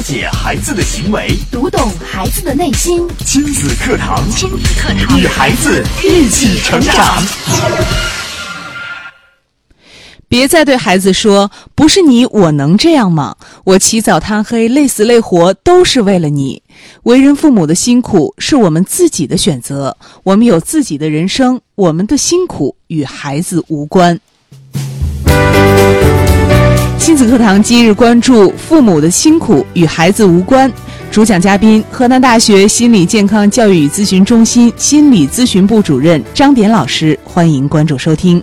解孩子的行为， 读懂孩子的内心。 亲子课堂，与孩子一起成长。 别再对孩子说，不是你我能这样吗？我起早贪黑累死累活都是为了你。为人父母的辛苦是我们自己的选择，我们有自己的人生，我们的辛苦与孩子无关。亲子课堂今日关注父母的辛苦与孩子无关，主讲嘉宾河南大学心理健康教育与咨询中心心理咨询部主任张典老师，欢迎关注收听。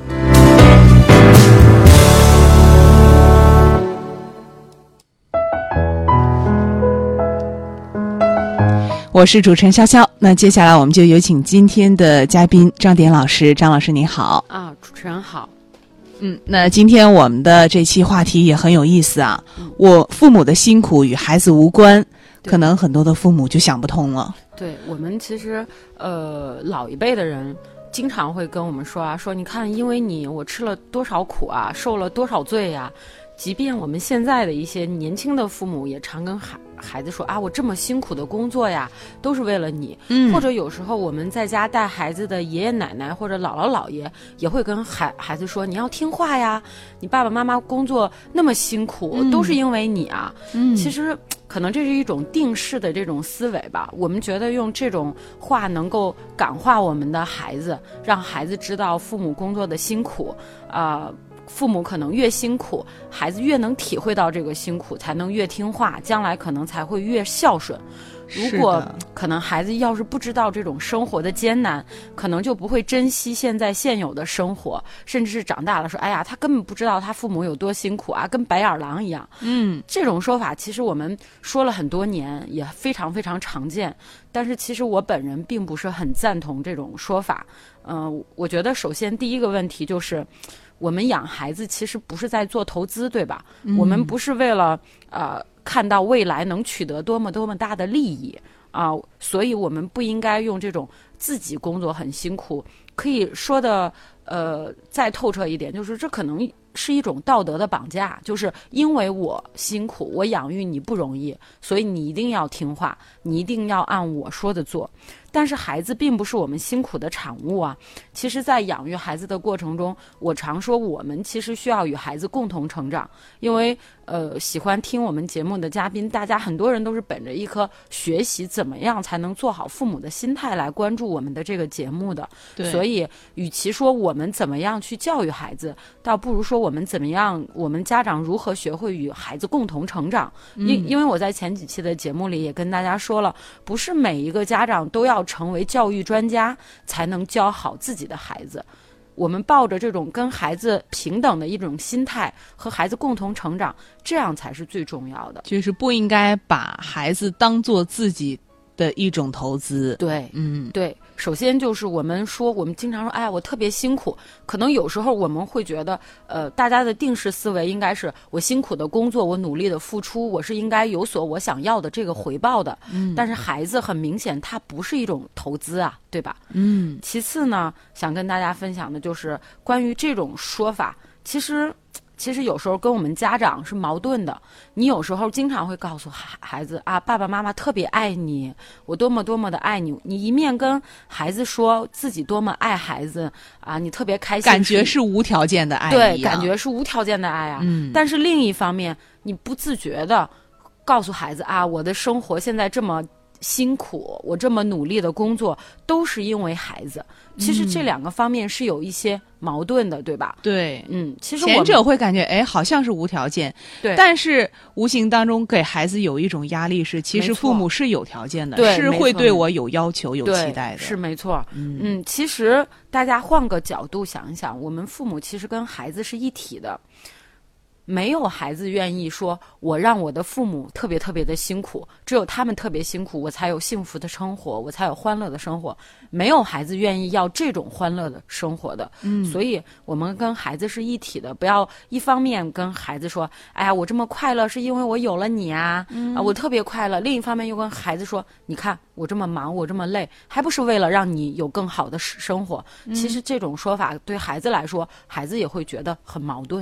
我是主持人潇潇，那接下来我们就有请今天的嘉宾张典老师。张老师您好。 主持人好。 那今天我们的这期话题也很有意思啊。我父母的辛苦与孩子无关，可能很多的父母就想不通了。 对，我们其实老一辈的人经常会跟我们说啊，说你看，因为你我吃了多少苦啊，受了多少罪呀。即便我们现在的一些年轻的父母也常跟孩子说啊，我这么辛苦的工作呀，都是为了你。或者有时候我们在家带孩子的爷爷奶奶或者姥姥姥爷也会跟孩子说，你要听话呀，你爸爸妈妈工作那么辛苦，都是因为你啊。其实可能这是一种定式的这种思维吧，我们觉得用这种话能够感化我们的孩子，让孩子知道父母工作的辛苦父母可能越辛苦，孩子越能体会到这个辛苦，才能越听话，将来可能才会越孝顺。如果可能孩子要是不知道这种生活的艰难，可能就不会珍惜现有的生活，甚至是长大了说，哎呀，他根本不知道他父母有多辛苦啊，跟白眼狼一样。这种说法其实我们说了很多年，也非常非常常见，但是其实我本人并不是很赞同这种说法。我觉得首先第一个问题就是我们养孩子其实不是在做投资，对吧？我们不是为了看到未来能取得多么多么大的利益所以我们不应该用这种自己工作很辛苦，可以说的再透彻一点，就是这可能是一种道德的绑架，就是因为我辛苦，我养育你不容易，所以你一定要听话，你一定要按我说的做。但是孩子并不是我们辛苦的产物啊。其实在养育孩子的过程中，我常说我们其实需要与孩子共同成长。因为喜欢听我们节目的嘉宾，大家很多人都是本着一颗学习怎么样才能做好父母的心态来关注我们的这个节目的。所以与其说我们怎么样去教育孩子，倒不如说我们怎么样，我们家长如何学会与孩子共同成长。因为我在前几期的节目里也跟大家说了，不是每一个家长都要成为教育专家才能教好自己的孩子。我们抱着这种跟孩子平等的一种心态，和孩子共同成长，这样才是最重要的。 就是不应该把孩子当做自己的一种投资。 对，对。首先就是我们经常说，哎呀，我特别辛苦。可能有时候我们会觉得，大家的定式思维应该是我辛苦的工作，我努力的付出，我是应该有所我想要的这个回报的。但是孩子很明显，他不是一种投资啊，对吧？其次呢，想跟大家分享的就是关于这种说法，其实有时候跟我们家长是矛盾的。你有时候经常会告诉孩子啊，爸爸妈妈特别爱你，我多么多么的爱你。你一面跟孩子说自己多么爱孩子啊，你特别开心， 感觉是无条件的爱， 对，感觉是无条件的爱啊。但是另一方面，你不自觉的告诉孩子啊，我的生活现在这么辛苦，我这么努力的工作都是因为孩子。其实这两个方面是有一些矛盾的，对吧？ 对， 其实前者会感觉好像是无条件， 对， 但是无形当中给孩子有一种压力，是其实父母是有条件的，是会对我有要求有期待的， 是没错。其实大家换个角度想一想，我们父母其实跟孩子是一体的。没有孩子愿意说我让我的父母特别特别的辛苦，只有他们特别辛苦，我才有幸福的生活，我才有欢乐的生活。没有孩子愿意要这种欢乐的生活的。所以我们跟孩子是一体的，不要一方面跟孩子说，哎呀，我这么快乐是因为我有了你啊，我特别快乐。另一方面又跟孩子说，你看我这么忙，我这么累，还不是为了让你有更好的生活。其实这种说法对孩子来说，孩子也会觉得很矛盾的。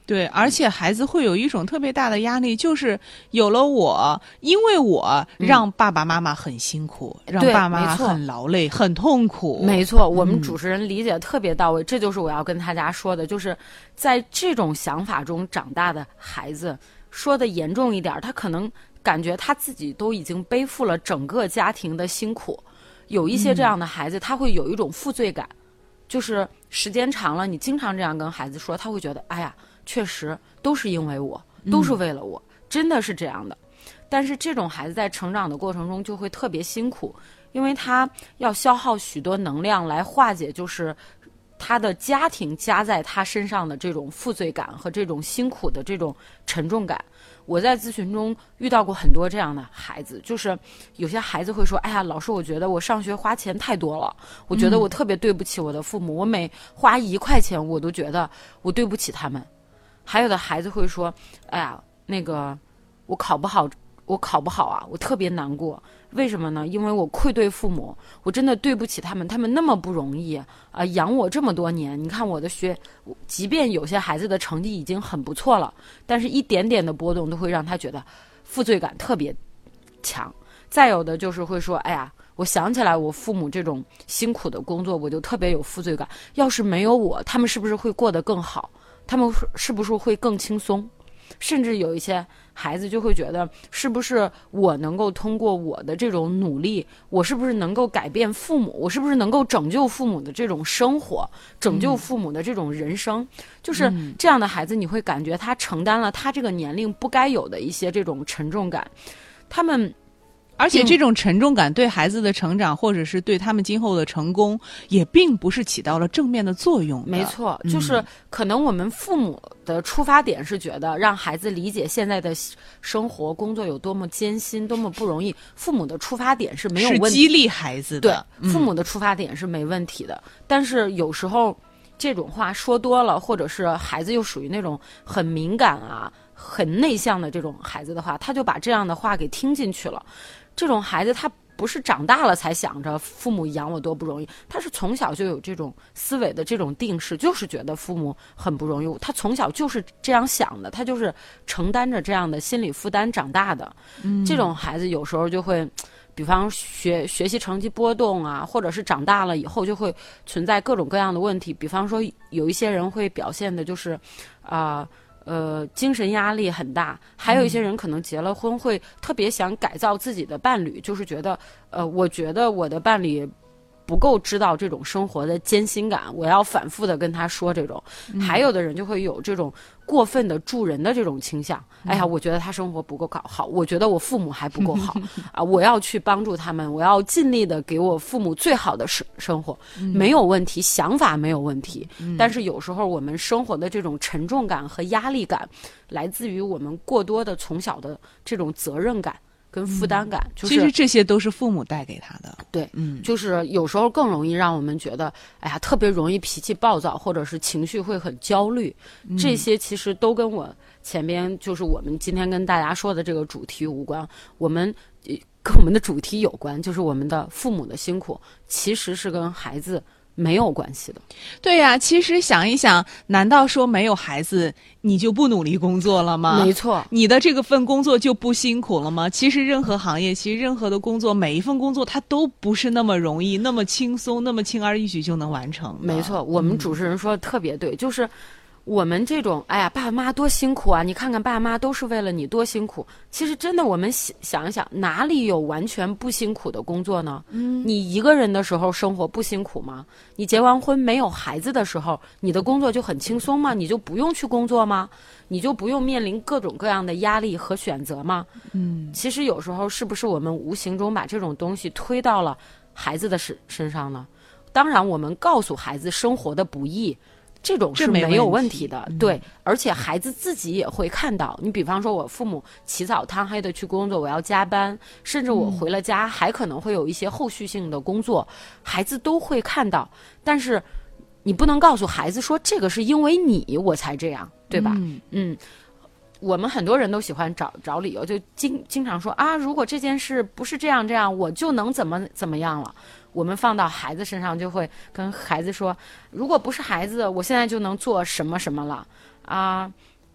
对，而且孩子会有一种特别大的压力，就是有了我，因为我让爸爸妈妈很辛苦，让爸爸妈妈很劳累，很痛苦。 没错，我们主持人理解特别到位，这就是我要跟大家说的，就是在这种想法中长大的孩子，说的严重一点，他可能感觉他自己都已经背负了整个家庭的辛苦。有一些这样的孩子，他会有一种负罪感，就是时间长了，你经常这样跟孩子说，他会觉得，哎呀，确实都是因为我，都是为了我，真的是这样的。但是这种孩子在成长的过程中就会特别辛苦，因为他要消耗许多能量来化解，就是他的家庭加在他身上的这种负罪感和这种辛苦的这种沉重感。我在咨询中遇到过很多这样的孩子，就是有些孩子会说，哎呀，老师，我觉得我上学花钱太多了，我觉得我特别对不起我的父母，我每花1块钱我都觉得我对不起他们。还有的孩子会说，哎呀，那个我考不好啊，我特别难过。为什么呢？因为我愧对父母，我真的对不起他们，他们那么不容易啊，养我这么多年。你看我的即便有些孩子的成绩已经很不错了，但是一点点的波动都会让他觉得负罪感特别强。再有的就是会说，哎呀，我想起来我父母这种辛苦的工作，我就特别有负罪感。要是没有我，他们是不是会过得更好？他们是不是会更轻松？甚至有一些孩子就会觉得，是不是我能够通过我的这种努力，我是不是能够改变父母，我是不是能够拯救父母的这种生活，拯救父母的这种人生。就是这样的孩子，你会感觉他承担了他这个年龄不该有的一些这种沉重感。 而且这种沉重感对孩子的成长，或者是对他们今后的成功，也并不是起到了正面的作用的。 没错，就是可能我们父母的出发点是觉得让孩子理解现在的生活工作有多么艰辛，多么不容易。父母的出发点是没有问题， 是激励孩子的。 对，父母的出发点是没问题的。但是有时候这种话说多了，或者是孩子又属于那种很敏感啊、很内向的这种孩子的话，他就把这样的话给听进去了。这种孩子他不是长大了才想着父母养我多不容易，他是从小就有这种思维的这种定势，就是觉得父母很不容易，他从小就是这样想的，他就是承担着这样的心理负担长大的。这种孩子有时候就会比方学习成绩波动啊，或者是长大了以后就会存在各种各样的问题。比方说有一些人会表现的就是精神压力很大，还有一些人可能结了婚会特别想改造自己的伴侣，就是觉得我觉得我的伴侣不够知道这种生活的艰辛感，我要反复的跟他说这种。还有的人就会有这种过分的助人的这种倾向，哎呀，我觉得他生活不够好，我觉得我父母还不够好啊，我要去帮助他们，我要尽力的给我父母最好的生活。没有问题，想法没有问题，但是有时候我们生活的这种沉重感和压力感来自于我们过多的从小的这种责任感跟负担感，就是其实这些都是父母带给他的。 对，就是有时候更容易让我们觉得，哎呀，特别容易脾气暴躁，或者是情绪会很焦虑。这些其实都跟我前边就是我们今天跟大家说的这个主题无关，跟我们的主题有关，就是我们的父母的辛苦其实是跟孩子没有关系的。 对呀，其实想一想，难道说没有孩子你就不努力工作了吗？ 没错， 你的这个份工作就不辛苦了吗？其实任何行业，其实任何的工作，每一份工作它都不是那么容易，那么轻松，那么轻而易举就能完成的。 没错，我们主持人说的特别对，就是我们这种哎呀爸爸妈妈多辛苦啊，你看看爸爸妈妈都是为了你多辛苦。其实真的我们想一想，哪里有完全不辛苦的工作呢？你一个人的时候生活不辛苦吗？你结完婚没有孩子的时候，你的工作就很轻松吗？你就不用去工作吗？你就不用面临各种各样的压力和选择吗？其实有时候是不是我们无形中把这种东西推到了孩子的身上呢？当然我们告诉孩子生活的不易，这种是没有问题的，对，而且孩子自己也会看到。你比方说我父母起早贪黑的去工作，我要加班，甚至我回了家还可能会有一些后续性的工作，孩子都会看到。但是你不能告诉孩子说这个是因为你我才这样，对吧？我们很多人都喜欢找理由，就经常说啊，如果这件事不是这样，我就能怎么样了。我们放到孩子身上，就会跟孩子说，如果不是孩子，我现在就能做什么什么了啊。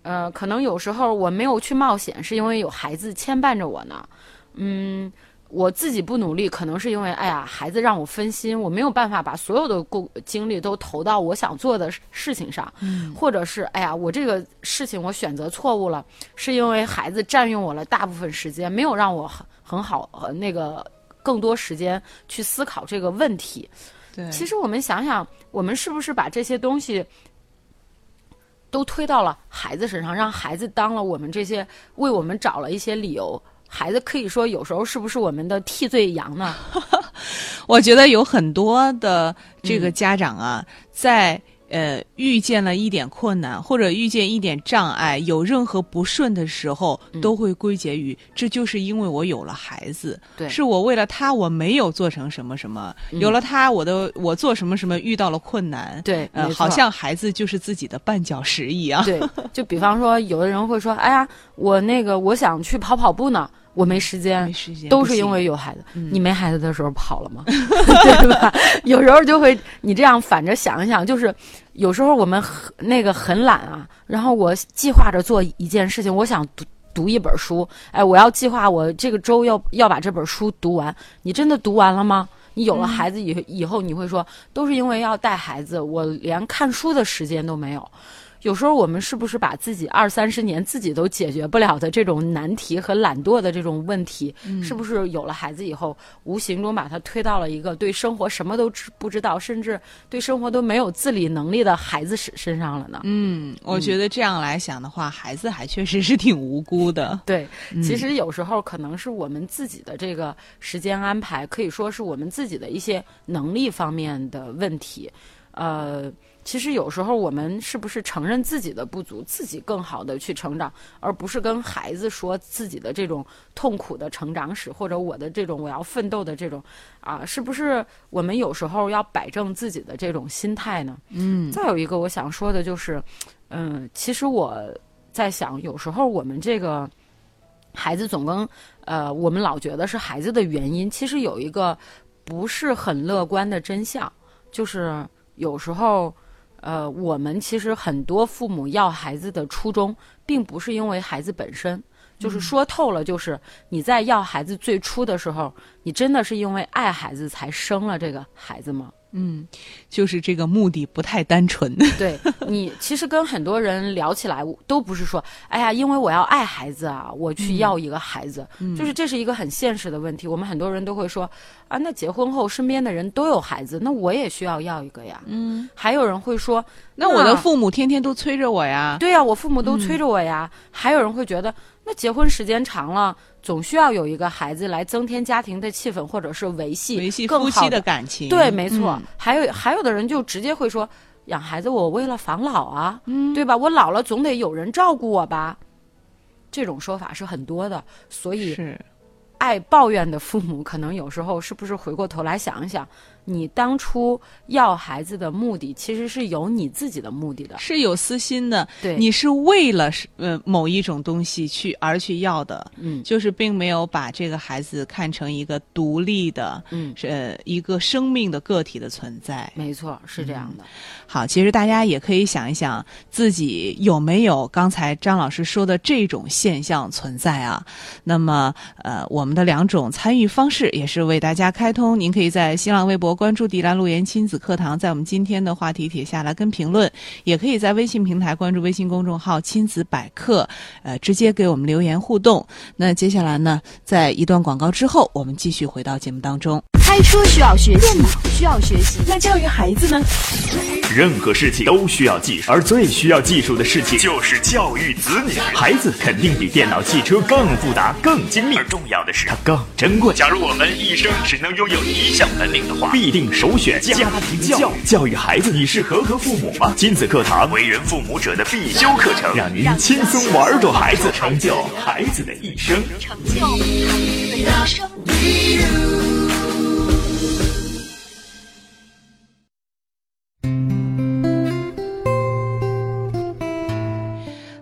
可能有时候我没有去冒险，是因为有孩子牵绊着我呢。我自己不努力，可能是因为孩子让我分心，我没有办法把所有的精力都投到我想做的事情上，或者是我这个事情我选择错误了，是因为孩子占用我了大部分时间，没有让我很好更多时间去思考这个问题。 对， 其实我们想想，我们是不是把这些东西都推到了孩子身上，让孩子当了我们这些，为我们找了一些理由。孩子可以说有时候是不是我们的替罪羊呢？ 我觉得有很多的这个家长啊，在遇见了一点困难或者遇见一点障碍，有任何不顺的时候，都会归结于这就是因为我有了孩子， 对， 是我为了他我没有做成什么什么，有了他我做什么什么遇到了困难， 对， 好像孩子就是自己的绊脚石一样。 对，就比方说有的人会说，我想去跑步呢。我没时间，都是因为有孩子。你没孩子的时候跑了吗？对吧？有时候就会你这样反着想一想，就是有时候我们很懒啊，然后我计划着做一件事情，我想读一本书，我要计划我这个周要把这本书读完。你真的读完了吗？你有了孩子以后，你会说都是因为要带孩子，我连看书的时间都没有。有时候我们是不是把自己20-30年自己都解决不了的这种难题和懒惰的这种问题，是不是有了孩子以后，无形中把他推到了一个对生活什么都不知道，甚至对生活都没有自理能力的孩子身上了呢？ 我觉得这样来想的话，孩子还确实是挺无辜的。 对，其实有时候可能是我们自己的这个时间安排，可以说是我们自己的一些能力方面的问题。其实有时候我们是不是承认自己的不足，自己更好的去成长，而不是跟孩子说自己的这种痛苦的成长史，或者我的这种我要奋斗的这种是不是我们有时候要摆正自己的这种心态呢？再有一个我想说的就是，其实我在想，有时候我们这个孩子总跟我们老觉得是孩子的原因，其实有一个不是很乐观的真相，就是有时候我们其实很多父母要孩子的初衷并不是因为孩子本身，就是说透了，就是你在要孩子最初的时候，你真的是因为爱孩子才生了这个孩子吗？ 就是这个目的不太单纯。 对，你其实跟很多人聊起来都不是说因为我要爱孩子啊，我去要一个孩子，就是这是一个很现实的问题。我们很多人都会说那结婚后身边的人都有孩子，那我也需要一个呀。还有人会说那我的父母天天都催着我呀。 对呀，我父母都催着我呀。还有人会觉得那结婚时间长了，总需要有一个孩子来增添家庭的气氛，或者是维系夫妻的感情。 对，没错。还有的人就直接会说，养孩子我为了防老啊，对吧？我老了总得有人照顾我吧。这种说法是很多的，所以爱抱怨的父母可能有时候是不是回过头来想一想，你当初要孩子的目的其实是有你自己的目的的， 是有私心的。 对， 你是为了某一种东西而去要的，就是并没有把这个孩子看成一个独立的，一个生命的个体的存在。 没错，是这样的。 好，其实大家也可以想一想，自己有没有刚才张老师说的这种现象存在啊？那么我们的2种参与方式也是为大家开通，您可以在新浪微博关注迪兰路言亲子课堂，在我们今天的话题帖下来跟评论，也可以在微信平台关注微信公众号亲子百科，直接给我们留言互动。那接下来呢，在一段广告之后，我们继续回到节目当中。 开车需要学习，电脑需要学习，那教育孩子呢？ 任何事情都需要技术，而最需要技术的事情就是教育子女。孩子肯定比电脑、汽车更复杂、更精密，而重要的是它更珍贵。假如我们一生只能拥有一项本领的话，必定首选家庭教育。教育孩子，你是合格父母吗？亲子课堂，为人父母者的必修课程，让您轻松玩转孩子，成就孩子的一生。 成就孩子的一生。 好，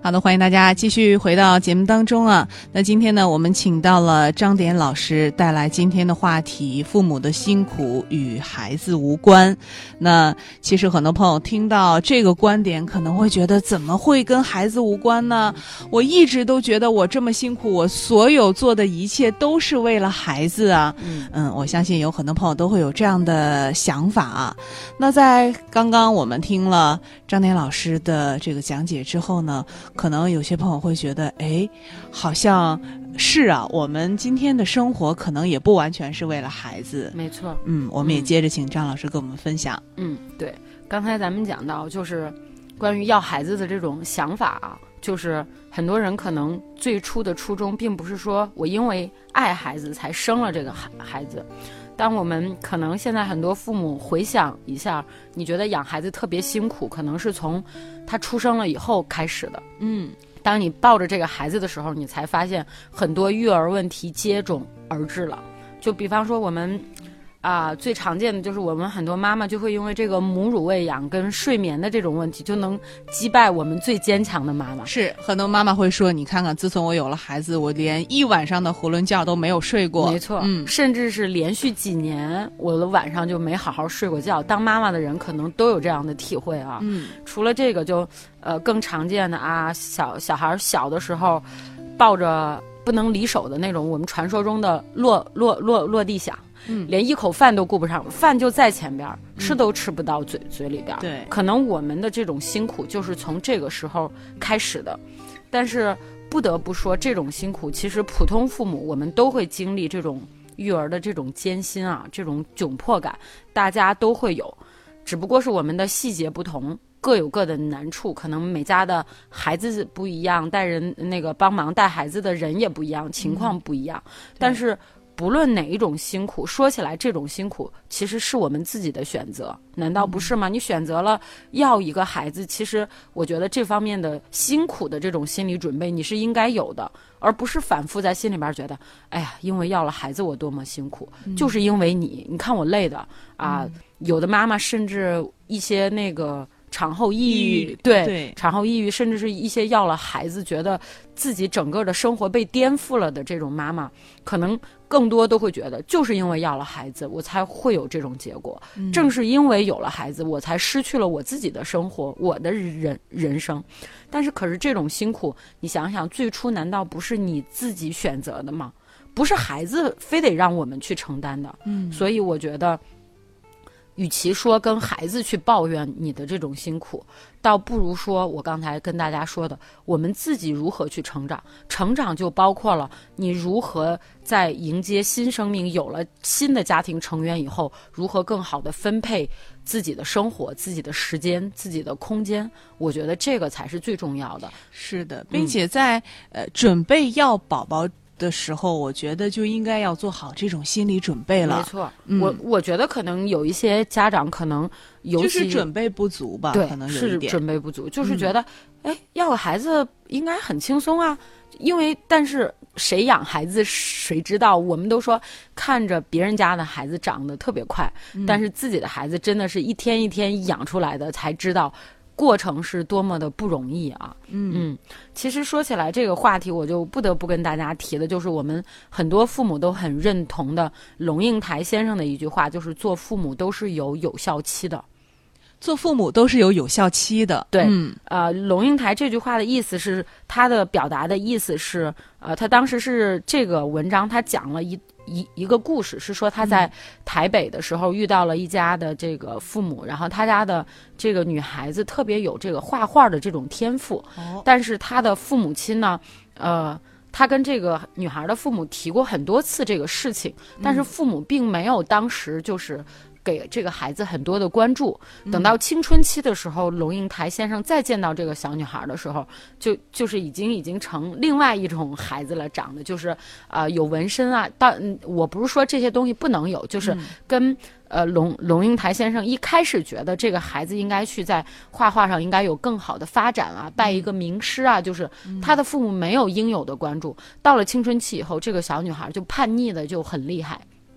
好的，欢迎大家继续回到节目当中啊。那今天呢，我们请到了张典老师带来今天的话题：父母的辛苦与孩子无关。那其实很多朋友听到这个观点，可能会觉得怎么会跟孩子无关呢？我一直都觉得我这么辛苦，我所有做的一切都是为了孩子啊。我相信有很多朋友都会有这样的想法啊。那在刚刚我们听了张典老师的这个讲解之后呢，可能有些朋友会觉得，好像是啊，我们今天的生活可能也不完全是为了孩子。 没错。 我们也接着请张老师跟我们分享。 对，刚才咱们讲到就是关于要孩子的这种想法啊，就是很多人可能最初的初衷并不是说我因为爱孩子才生了这个孩子。当我们可能现在很多父母回想一下，你觉得养孩子特别辛苦，可能是从他出生了以后开始的。当你抱着这个孩子的时候，你才发现很多育儿问题接踵而至了。就比方说我们最常见的就是我们很多妈妈就会因为这个母乳喂养跟睡眠的这种问题，就能击败我们最坚强的妈妈。 是，很多妈妈会说，你看看自从我有了孩子，我连一晚上的囫囵觉都没有睡过。 没错。甚至是连续几年我的晚上就没好好睡过觉。当妈妈的人可能都有这样的体会啊。除了这个就更常见的小孩小的时候抱着不能离手的那种我们传说中的落地响，连一口饭都顾不上，饭就在前边，吃都吃不到嘴里边。 对， 可能我们的这种辛苦就是从这个时候开始的。但是不得不说，这种辛苦其实普通父母我们都会经历这种育儿的这种艰辛啊，这种窘迫感，大家都会有，只不过是我们的细节不同，各有各的难处，可能每家的孩子不一样，带人那个帮忙带孩子的人也不一样，情况不一样。但是不论哪一种辛苦，说起来这种辛苦其实是我们自己的选择，难道不是吗？你选择了要一个孩子，其实我觉得这方面的辛苦的这种心理准备你是应该有的，而不是反复在心里边觉得，哎呀，因为要了孩子我多么辛苦，就是因为你看我累的啊。有的妈妈甚至一些那个产后抑郁，对，产后抑郁，甚至是一些要了孩子觉得自己整个的生活被颠覆了的这种妈妈，可能更多都会觉得，就是因为要了孩子我才会有这种结果，正是因为有了孩子我才失去了我自己的生活，我的人生。但是可是这种辛苦你想想，最初难道不是你自己选择的吗？不是孩子非得让我们去承担的。所以我觉得与其说跟孩子去抱怨你的这种辛苦，倒不如说我刚才跟大家说的，我们自己如何去成长。成长就包括了你如何在迎接新生命，有了新的家庭成员以后，如何更好的分配自己的生活、自己的时间、自己的空间。我觉得这个才是最重要的。 是的，并且在准备要宝宝的时候，我觉得就应该要做好这种心理准备了。 没错。我觉得可能有一些家长可能尤其就是准备不足吧。 对， 可能有一点是准备不足，就是觉得要个孩子应该很轻松啊，因为但是谁养孩子谁知道，我们都说看着别人家的孩子长得特别快，但是自己的孩子真的是一天一天养出来的，才知道过程是多么的不容易啊。其实说起来这个话题，我就不得不跟大家提的就是我们很多父母都很认同的龙应台先生的一句话，就是做父母都是有效期的。 做父母都是有效期的。 对。龙应台这句话的意思是，他的表达的意思是他当时是这个文章他讲了一个故事，是说他在台北的时候遇到了一家的这个父母，然后他家的这个女孩子特别有这个画画的这种天赋，但是他的父母亲呢他跟这个女孩的父母提过很多次这个事情，但是父母并没有当时就是给这个孩子很多的关注。等到青春期的时候，龙应台先生再见到这个小女孩的时候，就是已经成另外一种孩子了，长得就是有纹身啊。我不是说这些东西不能有，就是跟龙应台先生一开始觉得这个孩子应该去在画画上应该有更好的发展啊，拜一个名师啊，就是他的父母没有应有的关注。到了青春期以后，这个小女孩就叛逆的就很厉害。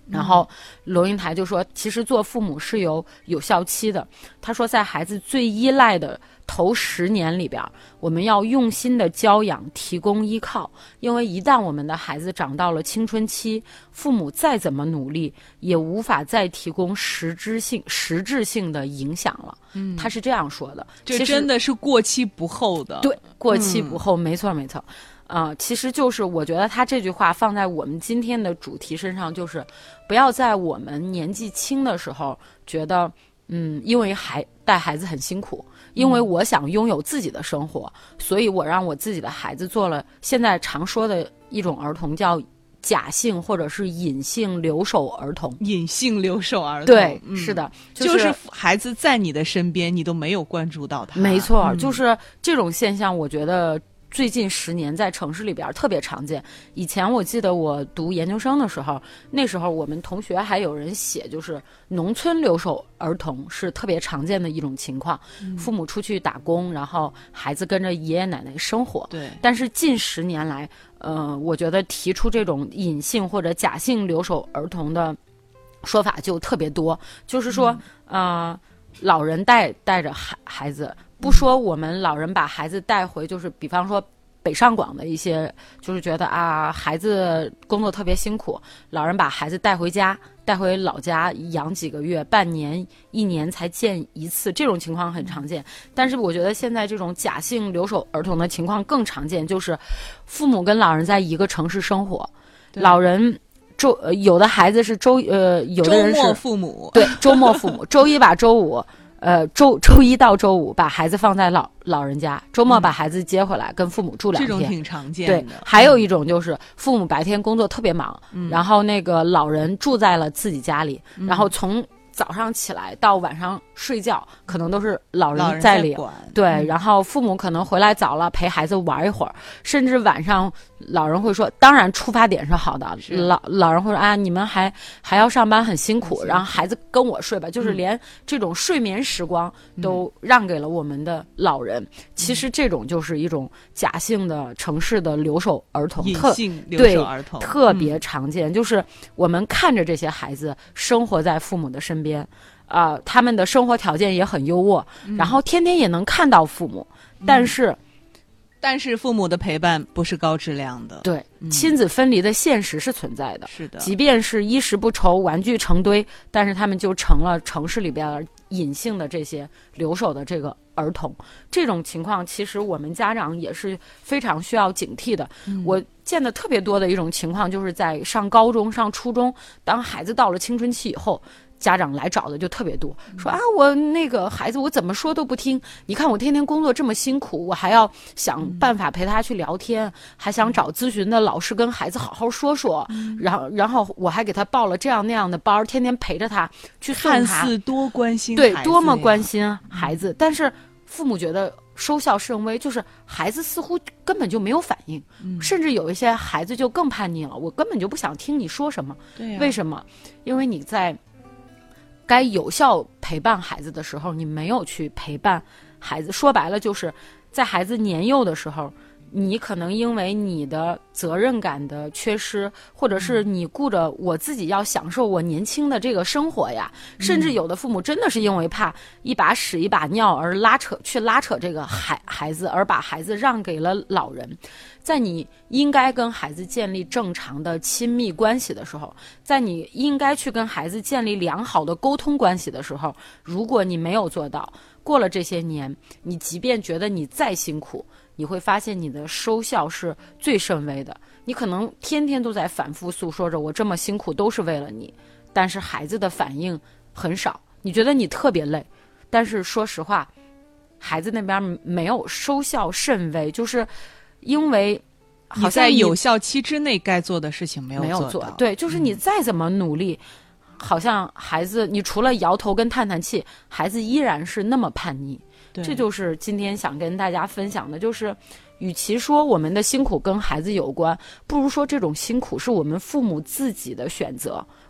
然后罗英台就说，其实做父母是有效期的。他说，在孩子最依赖的头10年里边，我们要用心的教养，提供依靠。因为一旦我们的孩子长到了青春期，父母再怎么努力，也无法再提供实质性的影响了。他是这样说的。 这真的是过期不候的。 对，过期不候，没错没错。其实就是我觉得他这句话放在我们今天的主题身上，就是不要在我们年纪轻的时候觉得因为带孩子很辛苦，因为我想拥有自己的生活，所以我让我自己的孩子做了现在常说的一种儿童叫假性或者是隐性留守儿童。 隐性留守儿童， 对，是的， 就是孩子在你的身边，你都没有关注到他。 没错，就是这种现象，我觉得最近10年在城市里边特别常见。以前我记得我读研究生的时候，那时候我们同学还有人写，就是农村留守儿童是特别常见的一种情况。父母出去打工，然后孩子跟着爷爷奶奶生活。对。但是近10年来，我觉得提出这种隐性或者假性留守儿童的说法就特别多，就是说，老人带着孩子。不说我们老人把孩子带回，就是比方说北上广的一些，就是觉得孩子工作特别辛苦，老人把孩子带回老家养几个月、半年、1年才见一次，这种情况很常见。但是我觉得现在这种假性留守儿童的情况更常见，就是父母跟老人在一个城市生活，老人有的孩子是有的人是周末父母， 对，周末父母，周一把周五。周一到周五把孩子放在老人家，周末把孩子接回来跟父母住2天， 这种挺常见的。 对，还有一种就是父母白天工作特别忙，然后那个老人住在了自己家里，然后从早上起来到晚上睡觉，可能都是老人在里。对，然后父母可能回来早了，陪孩子玩一会儿，甚至晚上老人会说，当然出发点是好的，老人会说你们还要上班很辛苦，然后孩子跟我睡吧，就是连这种睡眠时光都让给了我们的老人。其实这种就是一种假性的城市的留守儿童， 隐性留守儿童， 特别常见。就是我们看着这些孩子生活在父母的身边，他们的生活条件也很优渥，然后天天也能看到父母，但是父母的陪伴不是高质量的。 对，亲子分离的现实是存在的。 是的， 即便是衣食不愁，玩具成堆，但是他们就成了城市里边隐性的这些留守的这个儿童。这种情况其实我们家长也是非常需要警惕的。我见的特别多的一种情况，就是在上高中、上初中，当孩子到了青春期以后，家长来找的就特别多，说我那个孩子我怎么说都不听，你看我天天工作这么辛苦，我还要想办法陪他去聊天，还想找咨询的老师跟孩子好好说说，然后我还给他报了这样那样的班，天天陪着他去送他， 看似多关心孩子， 对，多么关心孩子，但是父母觉得收效甚微，就是孩子似乎根本就没有反应，甚至有一些孩子就更叛逆了，我根本就不想听你说什么。对为什么？因为你在该有效陪伴孩子的时候，你没有去陪伴孩子。说白了，就是在孩子年幼的时候，你可能因为你的责任感的缺失，或者是你顾着我自己要享受我年轻的这个生活呀，甚至有的父母真的是因为怕一把屎一把尿而拉扯这个孩子，而把孩子让给了老人。在你应该跟孩子建立正常的亲密关系的时候，在你应该去跟孩子建立良好的沟通关系的时候，如果你没有做到，过了这些年，你即便觉得你再辛苦，你会发现你的收效是最甚微的。你可能天天都在反复诉说着我这么辛苦都是为了你，但是孩子的反应很少，你觉得你特别累，但是说实话，孩子那边没有收效甚微，就是因为好像你在有效期之内该做的事情没有做到。 对，就是你再怎么努力，好像孩子你除了摇头跟叹叹气，孩子依然是那么叛逆。这就是今天想跟大家分享的，就是与其说我们的辛苦跟孩子有关，不如说这种辛苦是我们父母自己的选择，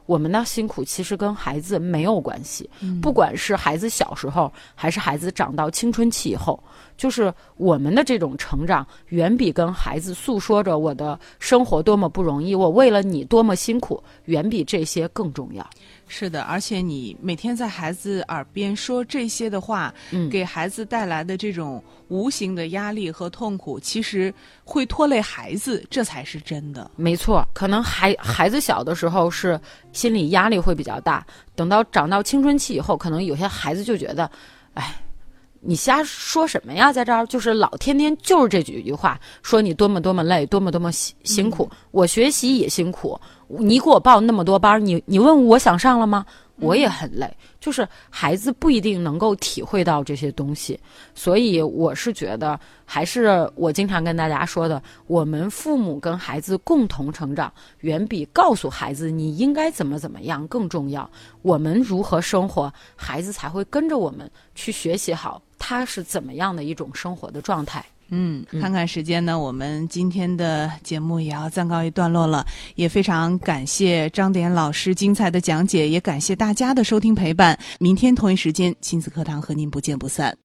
我们的辛苦其实跟孩子没有关系，不管是孩子小时候还是孩子长到青春期以后，就是我们的这种成长远比跟孩子诉说着我的生活多么不容易，我为了你多么辛苦，远比这些更重要。 是的，而且你每天在孩子耳边说这些的话，给孩子带来的这种无形的压力和痛苦，其实会拖累孩子，这才是真的。 没错，可能孩子小的时候是心理压力会比较大，等到长到青春期以后，可能有些孩子就觉得，哎，你瞎说什么呀，在这儿就是老天天就是这几句话，说你多么多么累，多么多么辛苦，我学习也辛苦，你给我报那么多班，你问我想上了吗？我也很累，就是孩子不一定能够体会到这些东西，所以我是觉得，还是我经常跟大家说的，我们父母跟孩子共同成长，远比告诉孩子你应该怎么样更重要。我们如何生活，孩子才会跟着我们去学习好，他是怎么样的一种生活的状态。 看看时间呢，我们今天的节目也要暂告一段落了，也非常感谢张典老师精彩的讲解，也感谢大家的收听陪伴。明天同一时间亲子课堂和您不见不散。